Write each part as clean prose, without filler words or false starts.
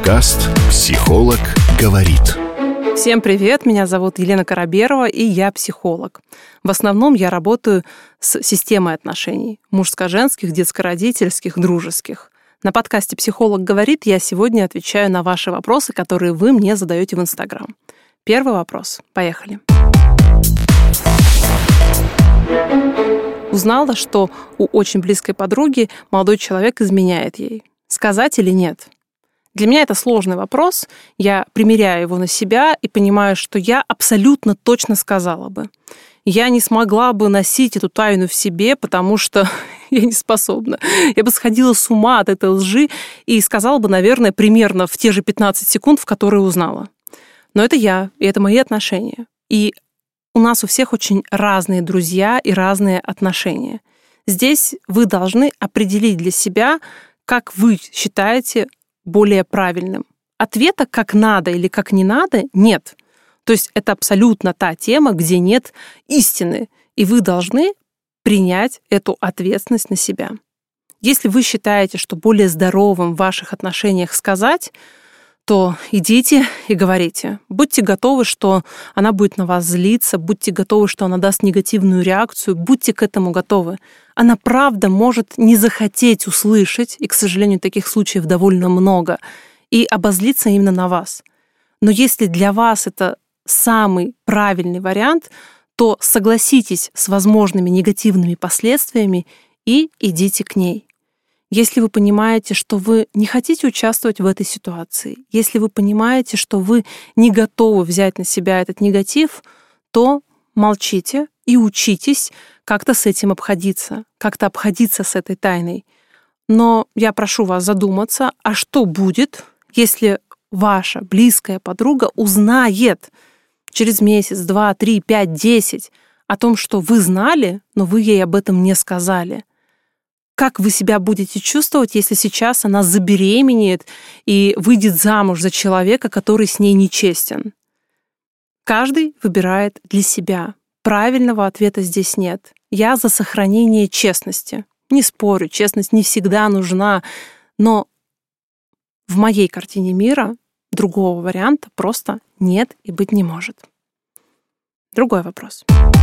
Подкаст «Психолог говорит». Всем привет, меня зовут Елена Короберова, и я психолог. В основном я работаю с системой отношений – мужско-женских, детско-родительских, дружеских. На подкасте «Психолог говорит» я сегодня отвечаю на ваши вопросы, которые вы мне задаете в Инстаграм. Первый вопрос. Поехали. Узнала, что у очень близкой подруги молодой человек изменяет ей. Сказать или нет? Для меня это сложный вопрос. Я примеряю его на себя и понимаю, что я абсолютно точно сказала бы. Я не смогла бы носить эту тайну в себе, потому что я не способна. Я бы сходила с ума от этой лжи и сказала бы, наверное, примерно в те же 15 секунд, в которые узнала. Но это я, и это мои отношения. И у нас у всех очень разные друзья и разные отношения. Здесь вы должны определить для себя, как вы считаете более правильным. Ответа «как надо» или «как не надо» нет. То есть это абсолютно та тема, где нет истины, и вы должны принять эту ответственность на себя. Если вы считаете, что более здоровым в ваших отношениях сказать, то идите и говорите. Будьте готовы, что она будет на вас злиться, будьте готовы, что она даст негативную реакцию, будьте к этому готовы. Она правда может не захотеть услышать, и, к сожалению, таких случаев довольно много, и обозлиться именно на вас. Но если для вас это самый правильный вариант, то согласитесь с возможными негативными последствиями и идите к ней. Если вы понимаете, что вы не хотите участвовать в этой ситуации, если вы понимаете, что вы не готовы взять на себя этот негатив, то молчите и учитесь как-то с этим обходиться, как-то обходиться с этой тайной. Но я прошу вас задуматься, а что будет, если ваша близкая подруга узнает через месяц, 2, 3, 5, 10 о том, что вы знали, но вы ей об этом не сказали? Как вы себя будете чувствовать, если сейчас она забеременеет и выйдет замуж за человека, который с ней нечестен? Каждый выбирает для себя. Правильного ответа здесь нет. Я за сохранение честности. Не спорю, честность не всегда нужна, но в моей картине мира другого варианта просто нет и быть не может. Другой вопрос.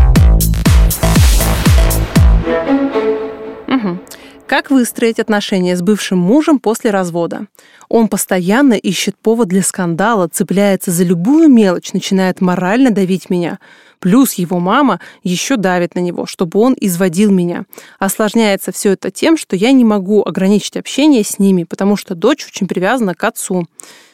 Как выстроить отношения с бывшим мужем после развода? Он постоянно ищет повод для скандала, цепляется за любую мелочь, начинает морально давить меня. Плюс его мама еще давит на него, чтобы он изводил меня. Осложняется все это тем, что я не могу ограничить общение с ними, потому что дочь очень привязана к отцу.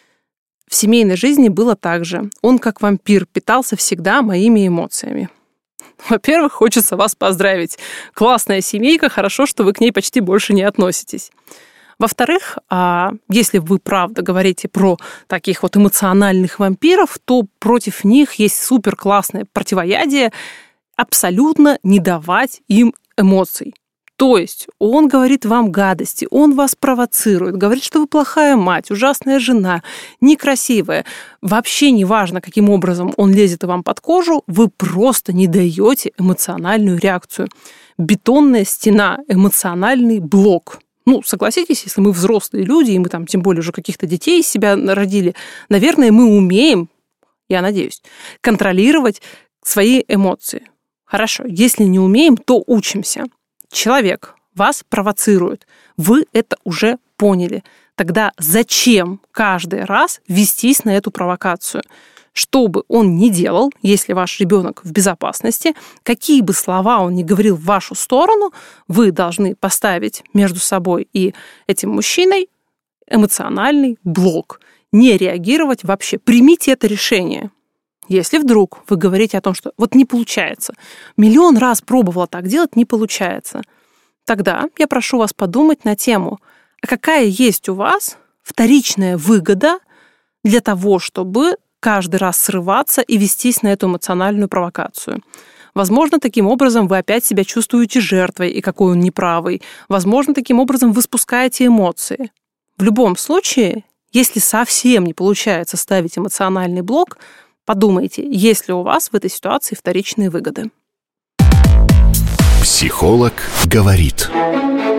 В семейной жизни было так же. Он, как вампир, питался всегда моими эмоциями. Во-первых, хочется вас поздравить. Классная семейка, хорошо, что вы к ней почти больше не относитесь. Во-вторых, если вы правда говорите про таких вот эмоциональных вампиров, то против них есть суперклассное противоядие – абсолютно не давать им эмоций. То есть он говорит вам гадости, он вас провоцирует, говорит, что вы плохая мать, ужасная жена, некрасивая. Вообще не важно, каким образом он лезет вам под кожу, вы просто не даете эмоциональную реакцию. Бетонная стена, эмоциональный блок. Согласитесь, если мы взрослые люди, и мы там тем более уже каких-то детей из себя родили, наверное, мы умеем, я надеюсь, контролировать свои эмоции. Хорошо, если не умеем, то учимся. Человек вас провоцирует. Вы это уже поняли. Тогда зачем каждый раз вестись на эту провокацию? Что бы он ни делал, если ваш ребенок в безопасности, какие бы слова он ни говорил в вашу сторону, вы должны поставить между собой и этим мужчиной эмоциональный блок. Не реагировать вообще. Примите это решение. Если вдруг вы говорите о том, что вот не получается, миллион раз пробовала так делать, не получается, тогда я прошу вас подумать на тему, а какая есть у вас вторичная выгода для того, чтобы каждый раз срываться и вестись на эту эмоциональную провокацию. Возможно, таким образом вы опять себя чувствуете жертвой, и какой он неправый. Возможно, таким образом вы спускаете эмоции. В любом случае, если совсем не получается ставить эмоциональный блок, подумайте, есть ли у вас в этой ситуации вторичные выгоды. Психолог говорит.